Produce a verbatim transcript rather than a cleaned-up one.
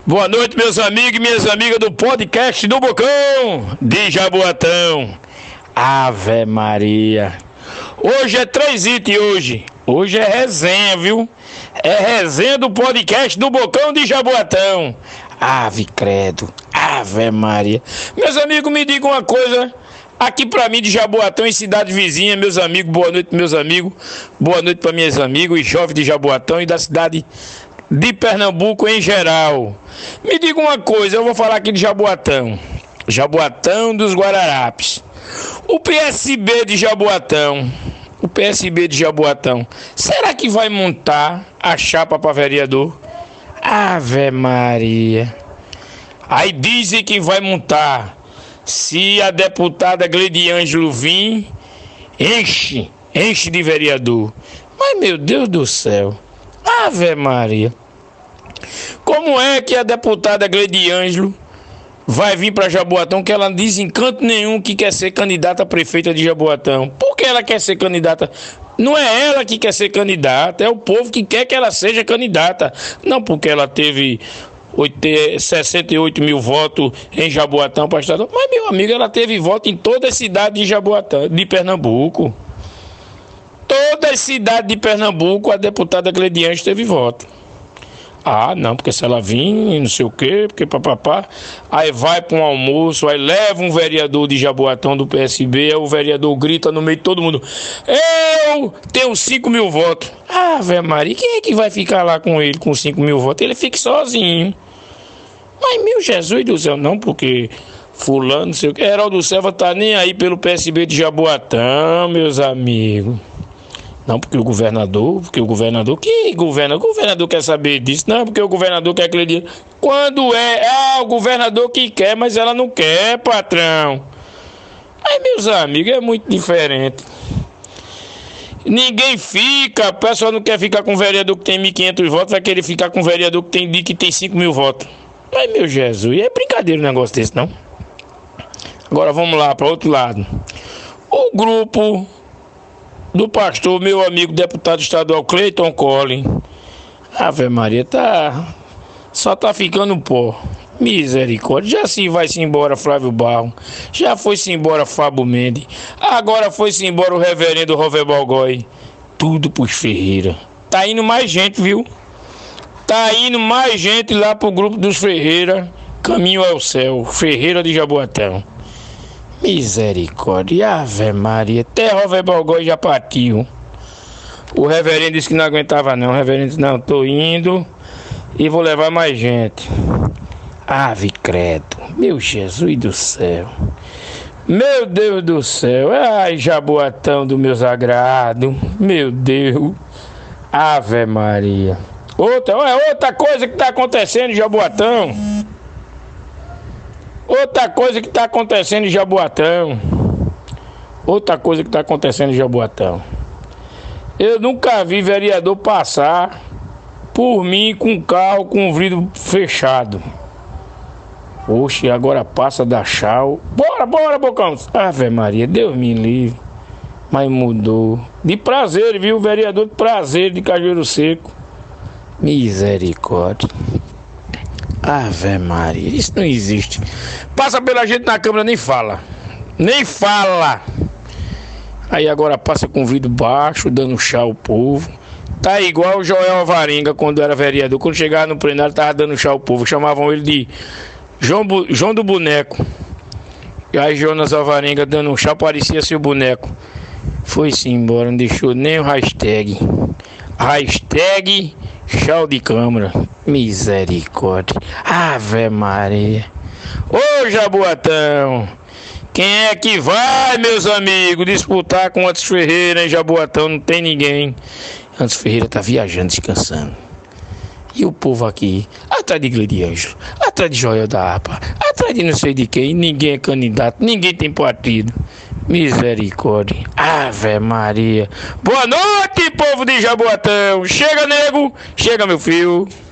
Boa noite, meus amigos e minhas amigas do podcast do Bocão de Jaboatão. Ave Maria. Hoje é três itens hoje. Hoje é resenha, viu? É resenha do podcast do Bocão de Jaboatão. Ave credo. Ave Maria. Meus amigos, me digam uma coisa. Aqui pra mim de Jaboatão, em cidade vizinha, meus amigos, boa noite, meus amigos. Boa noite para meus amigos e jovens de Jaboatão e da cidade de Pernambuco em geral. Me diga uma coisa, eu vou falar aqui de Jaboatão. Jaboatão dos Guararapes. O P S B de Jaboatão, o P S B de Jaboatão, será que vai montar a chapa para vereador? Ave Maria. Aí dizem que vai montar. Se a deputada Gleidiângelo vir, enche, enche de vereador. Mas meu Deus do céu. Ave Maria. Como é que a deputada Gleidiângelo vai vir para Jaboatão, que ela não diz em canto nenhum que quer ser candidata a prefeita de Jaboatão? Por que ela quer ser candidata? Não é ela que quer ser candidata, é o povo que quer que ela seja candidata. Não porque ela teve sessenta e oito mil votos em Jaboatão para estadual. Mas, meu amigo, ela teve voto em toda a cidade de Jaboatão, de Pernambuco. Toda a cidade de Pernambuco, a deputada Gleidiângelo teve voto. Ah, não, porque se ela vir, não sei o quê, porque papapá, aí vai para um almoço, aí leva um vereador de Jaboatão do P S B, aí o vereador grita no meio de todo mundo: eu tenho cinco mil votos. Ah, velho Maria, quem é que vai ficar lá com ele com cinco mil votos? Ele fica sozinho. Mas, meu Jesus do céu, não, porque fulano, não sei o quê, Heraldo Selva tá nem aí pelo P S B de Jaboatão, meus amigos. Não, porque o governador, porque o governador, que governador? O governador quer saber disso? Não, porque o governador quer que ele diga. Quando é, ah, o governador que quer, mas ela não quer, patrão. Aí, meus amigos, é muito diferente. Ninguém fica, o pessoal não quer ficar com um vereador que tem mil e quinhentos votos, vai querer ficar com um vereador que tem, que tem cinco mil votos. Ai, meu Jesus, é brincadeira um negócio desse, não? Agora vamos lá, para outro lado. O grupo do pastor, meu amigo deputado estadual Cleiton Collin. Ave Maria, tá, só tá ficando pó. Misericórdia. Já se vai-se embora Flávio Barro, já foi-se embora Fábio Mendes, agora foi-se embora o reverendo Rover Balgói. Tudo pros Ferreira. Tá indo mais gente, viu? Tá indo mais gente lá pro grupo dos Ferreira, caminho ao céu, Ferreira de Jaboatão. Misericórdia, Ave Maria, até Rover Balgói já partiu. O reverendo disse que não aguentava não, o reverendo disse: não, tô indo e vou levar mais gente. Ave credo, meu Jesus do céu, meu Deus do céu, ai Jaboatão do meus agrados, meu Deus, Ave Maria. Outra, é outra coisa que tá acontecendo em Jaboatão. Outra coisa que está acontecendo em Jaboatão. Outra coisa que está acontecendo em Jaboatão. Eu nunca vi vereador passar por mim com carro com o vidro fechado. Oxe, agora passa da chau. Bora, bora, Bocão. Ave Maria, Deus me livre. Mas mudou. De prazer, viu? Vereador de prazer de Cajueiro Seco. Misericórdia. Ave Maria, isso não existe. Passa pela gente na câmera, nem fala. Nem fala. Aí agora passa com vidro baixo, dando chá ao povo. Tá igual o Joel Alvarenga quando era vereador. Quando chegava no plenário, tava dando chá ao povo. Chamavam ele de João, Bu... João do Boneco. E aí Jonas Alvarenga dando um chá, parecia seu boneco. Foi-se embora, não deixou nem o hashtag. Hashtag chá de câmara. Misericórdia. Ave Maria. Ô Jaboatão, quem é que vai, meus amigos, disputar com Antes Ferreira em Jaboatão? Não tem ninguém. Antes Ferreira tá viajando, descansando. E o povo aqui, atrás de Gleidiângelo, atrás de Joel da APA, atrás de não sei de quem. Ninguém é candidato, ninguém tem partido. Misericórdia. Ave Maria. Boa noite, povo de Jaboatão. Chega, nego. Chega, meu filho.